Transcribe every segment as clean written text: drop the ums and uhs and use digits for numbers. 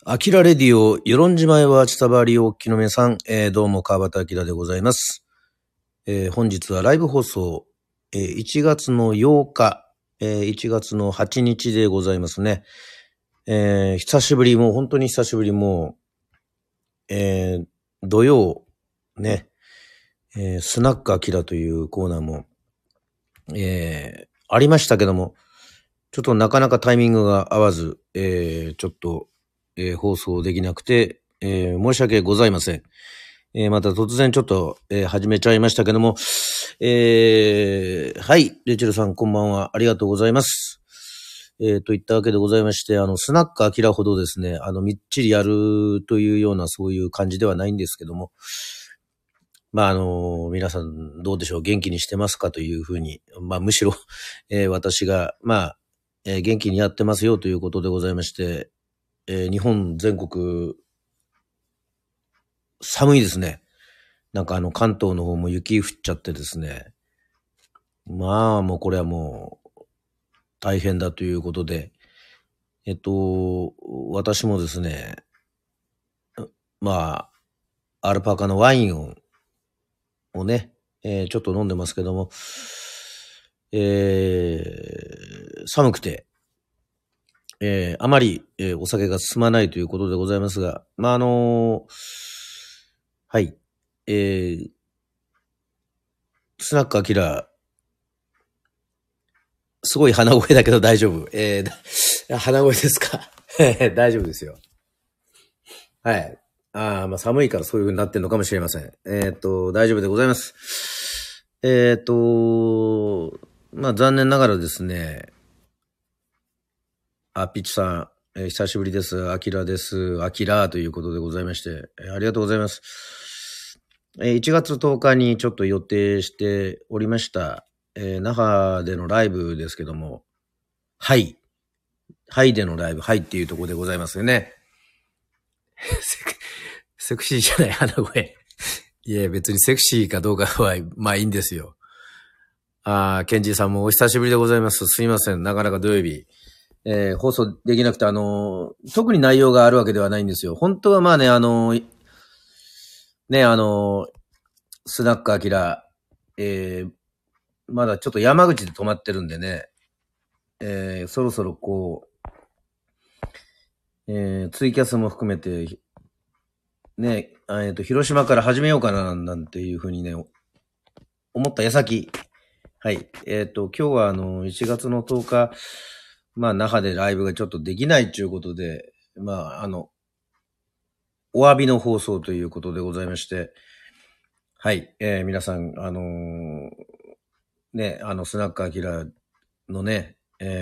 アキラレディオ、与論島へは伝わりおっきの皆さん、どうも川端明でございます。本日はライブ放送、1月の8日、1月の8日でございますね。久しぶり、もう本当に久しぶり、もう、土曜、ね、スナックアキラというコーナーも、ありましたけども、ちょっとなかなかタイミングが合わず、ちょっと、放送できなくて、申し訳ございません。また突然ちょっと、始めちゃいましたけども、はい、レイチェルさんこんばんは、ありがとうございます。といったわけでございまして、スナックアキラほどですね、みっちりやるというようなそういう感じではないんですけども、まあ、皆さんどうでしょう、元気にしてますかというふうに、まあ、むしろ、私が、まあ、元気にやってますよということでございまして、日本全国、寒いですね。なんか関東の方も雪降っちゃってですね。まあ、もうこれはもう、大変だということで、私もですね、まあ、アルパカのワインをね、ちょっと飲んでますけども、寒くて、あまり、お酒が進まないということでございますが、まあ、はい、スナックアキラ、すごい鼻声だけど大丈夫。鼻声ですか大丈夫ですよ。はい。まあ寒いからそういう風になってんのかもしれません。大丈夫でございます。まあ残念ながらですね、ピッチさん、久しぶりです。アキラです。アキラということでございまして、ありがとうございます。1月10日にちょっと予定しておりました、那覇でのライブですけども、はい。はいでのライブ、はいっていうところでございますよね。セクシーじゃない、鼻声。いや、別にセクシーかどうかは、まあいいんですよ。ケンジーさんもお久しぶりでございます。すいません。なかなか土曜日、放送できなくて、特に内容があるわけではないんですよ。本当はまあね、スナックアキラ、まだちょっと山口で泊まってるんでね、そろそろこう、ツイキャスも含めて、ね、広島から始めようかな、なんていうふうにね、思った矢先、はい、今日は1月の10日、まあ、那覇でライブがちょっとできないということで、まあ、お詫びの放送ということでございまして、はい、皆さん、ね、スナックアキラのね、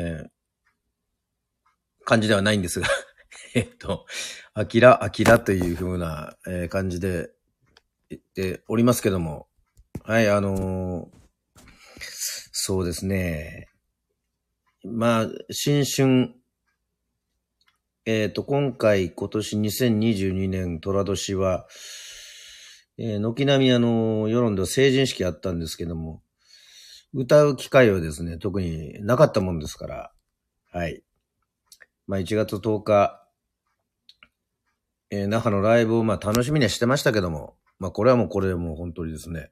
感じではないんですが、アキラという風な、感じで言っておりますけども、はい、そうですね。まあ、新春、今年2022年寅年は、軒並み世論では成人式あったんですけども、歌う機会はですね、特になかったもんですから、はい。まあ1月10日、那覇のライブをまあ楽しみにはしてましたけども、まあこれはもう本当にですね、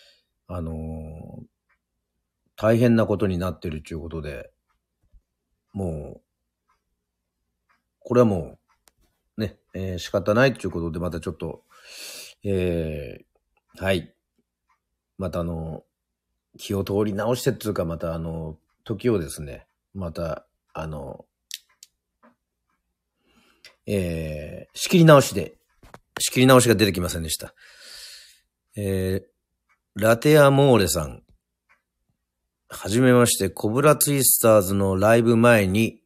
大変なことになってるということで、もう、これはもう、ね、仕方ないということで、またちょっと、はい。また気を通り直してっていうか、また時をですね、また、仕切り直しが出てきませんでした。ラテアモーレさん。はじめまして、コブラツイスターズのライブ前に、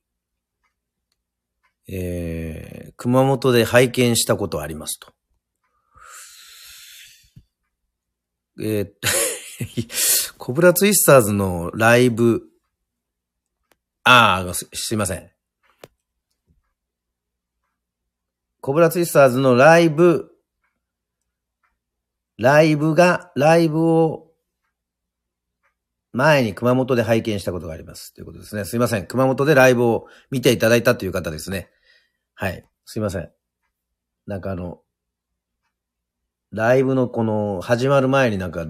熊本で拝見したことありますと。コブラツイスターズのライブ、すいません。コブラツイスターズのライブを前に熊本で拝見したことがあります。ということですね。すいません。熊本でライブを見ていただいたという方ですね。はい。 すいません。なんかライブのこの、始まる前になんか、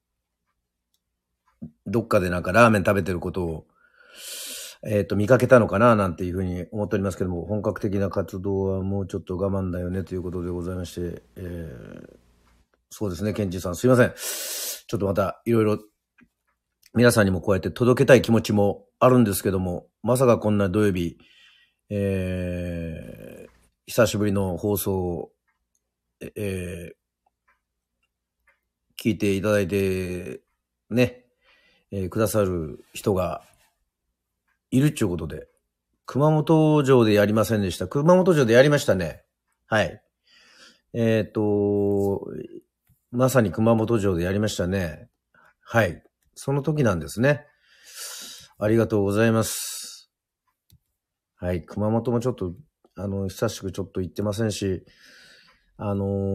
どっかでなんかラーメン食べてることを、見かけたのかななんていうふうに思っておりますけども、本格的な活動はもうちょっと我慢だよねということでございまして、そうですね、ケンジさんすいません。ちょっとまたいろいろ皆さんにもこうやって届けたい気持ちもあるんですけども、まさかこんな土曜日、久しぶりの放送を、聞いていただいて、ね、くださる人がいるっていうことで、熊本城でやりませんでした。熊本城でやりましたね。はい。まさに熊本城でやりましたね。はい。その時なんですね。ありがとうございます。はい。熊本もちょっと、久しくちょっと行ってませんし、な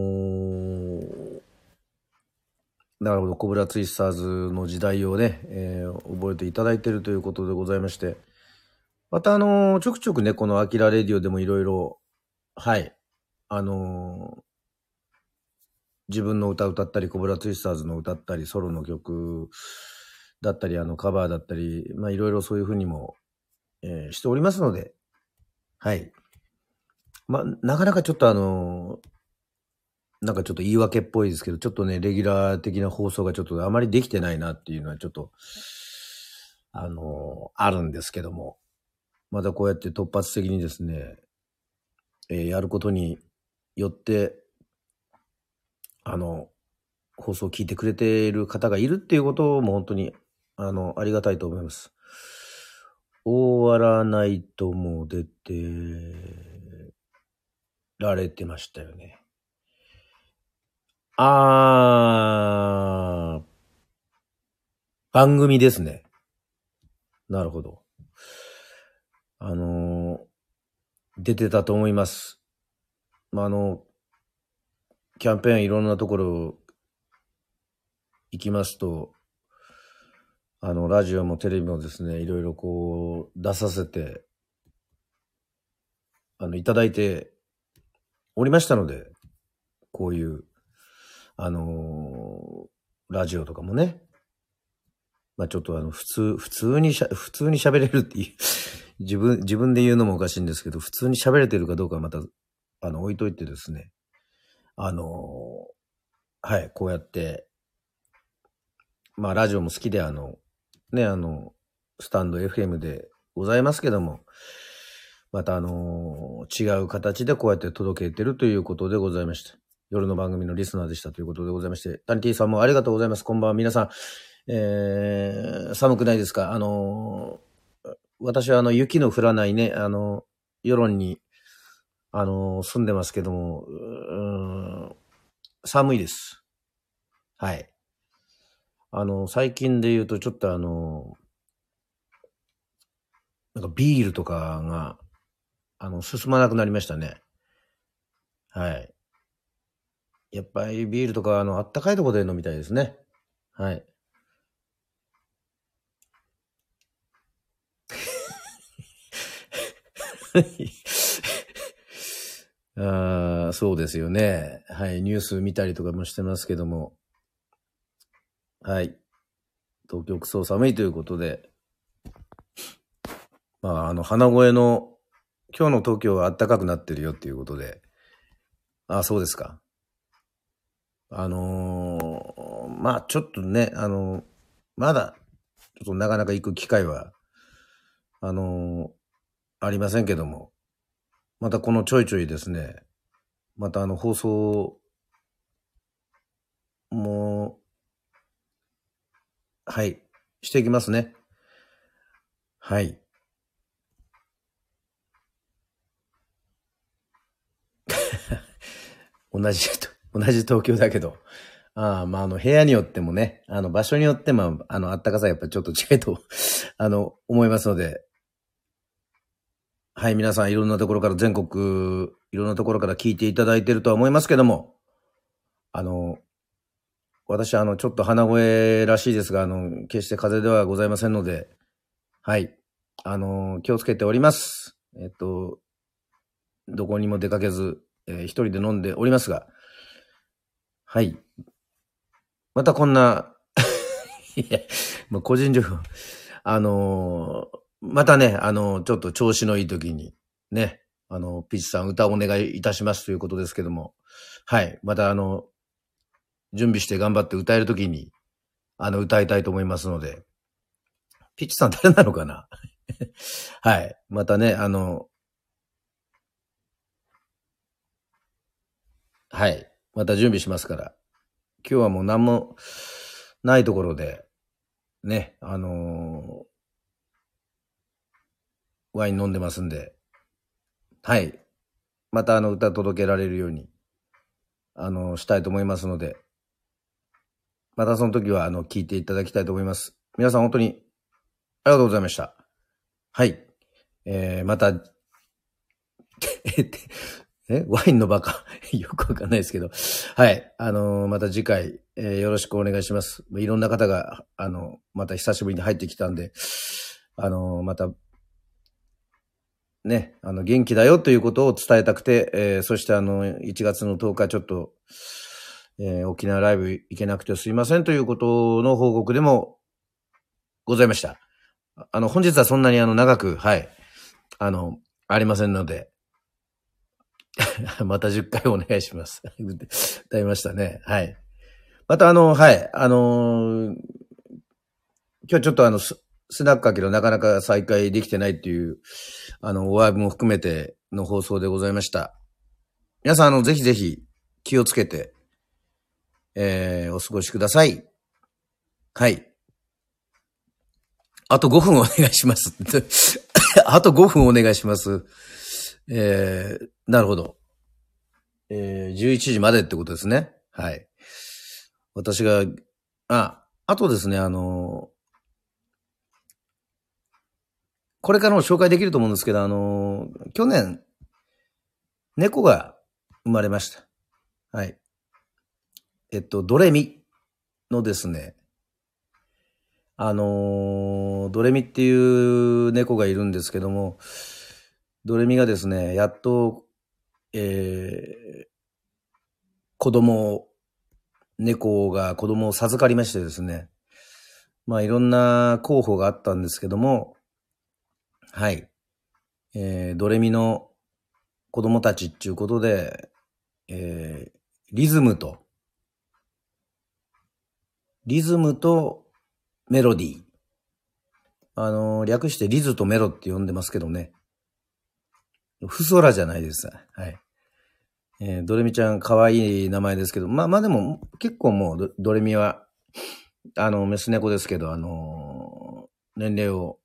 るほど、コブラツイスターズの時代をね、覚えていただいているということでございまして、またちょくちょくね、このアキラレディオでもいろいろ、はい、自分の歌歌ったり、コブラツイスターズの歌ったり、ソロの曲だったり、カバーだったり、まあいろいろそういうふうにも、しておりますので、はい。まあ、なかなかちょっとなんかちょっと言い訳っぽいですけど、ちょっとね、レギュラー的な放送がちょっとあまりできてないなっていうのはちょっと、あるんですけども、またこうやって突発的にですね、やることによって、放送を聞いてくれている方がいるっていうことも本当に、ありがたいと思います。大笑ナイトも出てられてましたよね。番組ですね。なるほど。出てたと思います。まあ、キャンペーンいろんなところ行きますと、ラジオもテレビもですね、いろいろこう、出させて、いただいておりましたので、こういう、ラジオとかもね、まあちょっと普通に喋れるっていう自分で言うのもおかしいんですけど、普通に喋れてるかどうかはまた、置いといてですね、はい、こうやって、まあラジオも好きでね、スタンド FM でございますけども、また違う形でこうやって届けてるということでございまして、夜の番組のリスナーでしたということでございまして、タニティさんもありがとうございます。こんばんは皆さん。寒くないですか？私は雪の降らないね、世論に、住んでますけども、寒いです。はい。最近で言うとちょっとなんかビールとかが、進まなくなりましたね。はい。やっぱりビールとか、あったかいところで飲みたいですね。はい。そうですよね。はい。ニュース見たりとかもしてますけども。はい。東京クソ寒いということで。まあ、鼻声の、今日の東京は暖かくなってるよっていうことで。そうですか。まあ、ちょっとね、まだ、ちょっとなかなか行く機会は、ありませんけども。またこのちょいちょいですね、また放送も、はい、していきますね。はい。同じ東京だけど、まあ、部屋によってもね、場所によっても、あったかさやっぱちょっと違いと、思いますので、はい、皆さんいろんなところから全国、いろんなところから聞いていただいているとは思いますけども、私ちょっと鼻声らしいですが、決して風邪ではございませんので、はい、気をつけております。 どこにも出かけず、一人で飲んでおりますが、はい。またこんな、いや、もう個人情報、またね、ちょっと調子のいい時に、ね、ピッチさん歌をお願いいたしますということですけども、はい。また準備して頑張って歌える時に、歌いたいと思いますので、ピッチさん誰なのかなはい。またね、はい。また準備しますから。今日はもう何もないところで、ね、ワイン飲んでますんで、はい。また歌届けられるように、したいと思いますので、またその時は、聞いていただきたいと思います。皆さん本当にありがとうございました。はい。また、ワインのバカよくわかんないですけど。はい。また次回、よろしくお願いします。いろんな方が、また久しぶりに入ってきたんで、また、ね、元気だよということを伝えたくて、そして1月の10日ちょっと、沖縄ライブ行けなくてすいませんということの報告でもございました。本日はそんなに長く、はい、ありませんので、また10回お願いします。歌いましたね。はい。またはい、今日ちょっとスナックかけどなかなか再開できてないっていう、お詫びも含めての放送でございました。皆さんぜひぜひ気をつけて、お過ごしください。はい。あと5分お願いします。あと5分お願いします。なるほど。11時までってことですね。はい。私が、あとですね、これからも紹介できると思うんですけど、去年、猫が生まれました。はい。ドレミのですね、ドレミっていう猫がいるんですけども、ドレミがですね、やっと、猫が子供を授かりましてですね、まあいろんな候補があったんですけども、はい、ドレミの子供たちっていうことで、リズムとメロディー。略してリズとメロって呼んでますけどね。フソラじゃないです。はい。ドレミちゃん可愛い名前ですけど、まあでも結構もうドレミは、メス猫ですけど、年齢を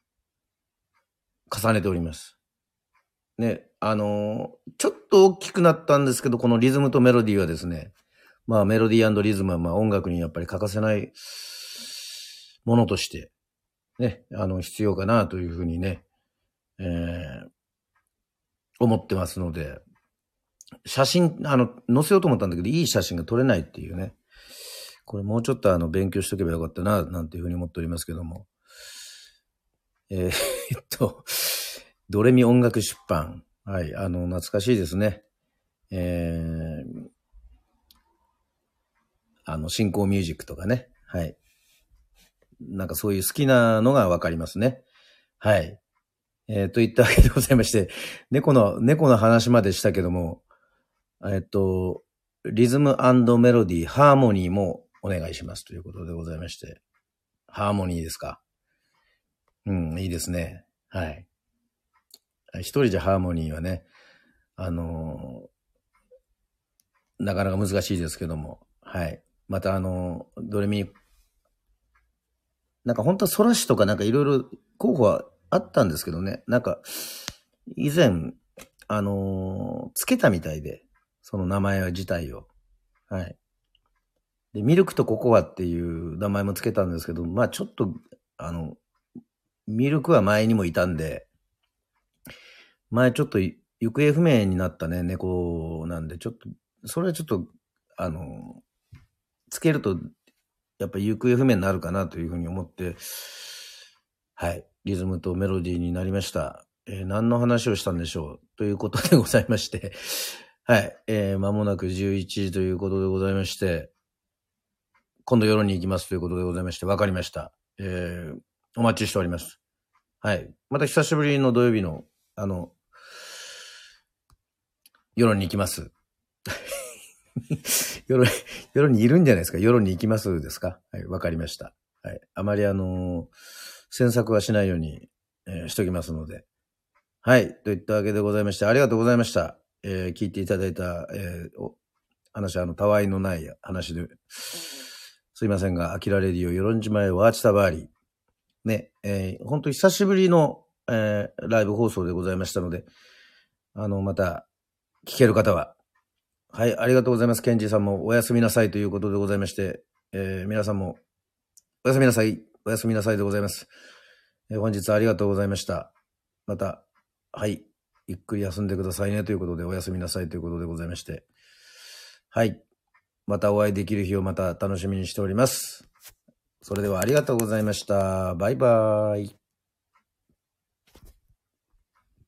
重ねております。ね、ちょっと大きくなったんですけど、このリズムとメロディーはですね、まあメロディー&リズムはまあ音楽にやっぱり欠かせないものとして、ね、必要かなというふうにね、思ってますので、写真、載せようと思ったんだけど、いい写真が撮れないっていうね。これもうちょっと勉強しとけばよかったな、なんていうふうに思っておりますけども。ドレミ音楽出版。はい、懐かしいですね。新興ミュージックとかね。はい。なんかそういう好きなのがわかりますね。はい。といったわけでございまして、猫の話までしたけども、リズム&メロディー、ハーモニーもお願いしますということでございまして。ハーモニーですか。うん、いいですね。はい。一人じゃハーモニーはね、なかなか難しいですけども、はい。またドレミ、なんか本当はソラシとかなんかいろいろ候補はあったんですけどね、なんか以前、つけたみたいで、その名前自体を。はい。で、ミルクとココアっていう名前もつけたんですけど、まあちょっと、ミルクは前にもいたんで、前ちょっと行方不明になったね、猫なんで、ちょっと、それはちょっと、つけると、やっぱ行方不明になるかなというふうに思って、はい、リズムとメロディーになりました。 何の話をしたんでしょうということでございまして、はい、間もなく11時ということでございまして、今度夜に行きますということでございまして、わかりました。お待ちしております。はい。また久しぶりの土曜日の、夜に行きます。夜にいるんじゃないですか。夜に行きますですか。はい、わかりました。はい。あまり詮索はしないように、しときますので。はい。といったわけでございまして、ありがとうございました。聞いていただいた、話、たわいのない話で、すいませんが、アキラレディオ、よろんじまえワーチタバーリー。ね、本当久しぶりの、ライブ放送でございましたので、また、聞ける方は、はい、ありがとうございます。ケンジさんもおやすみなさいということでございまして、皆さんも、おやすみなさい。おやすみなさいでございます。本日はありがとうございました。また、はい、ゆっくり休んでくださいねということで、おやすみなさいということでございまして、はい、またお会いできる日をまた楽しみにしております。それではありがとうございました。バイバーイ。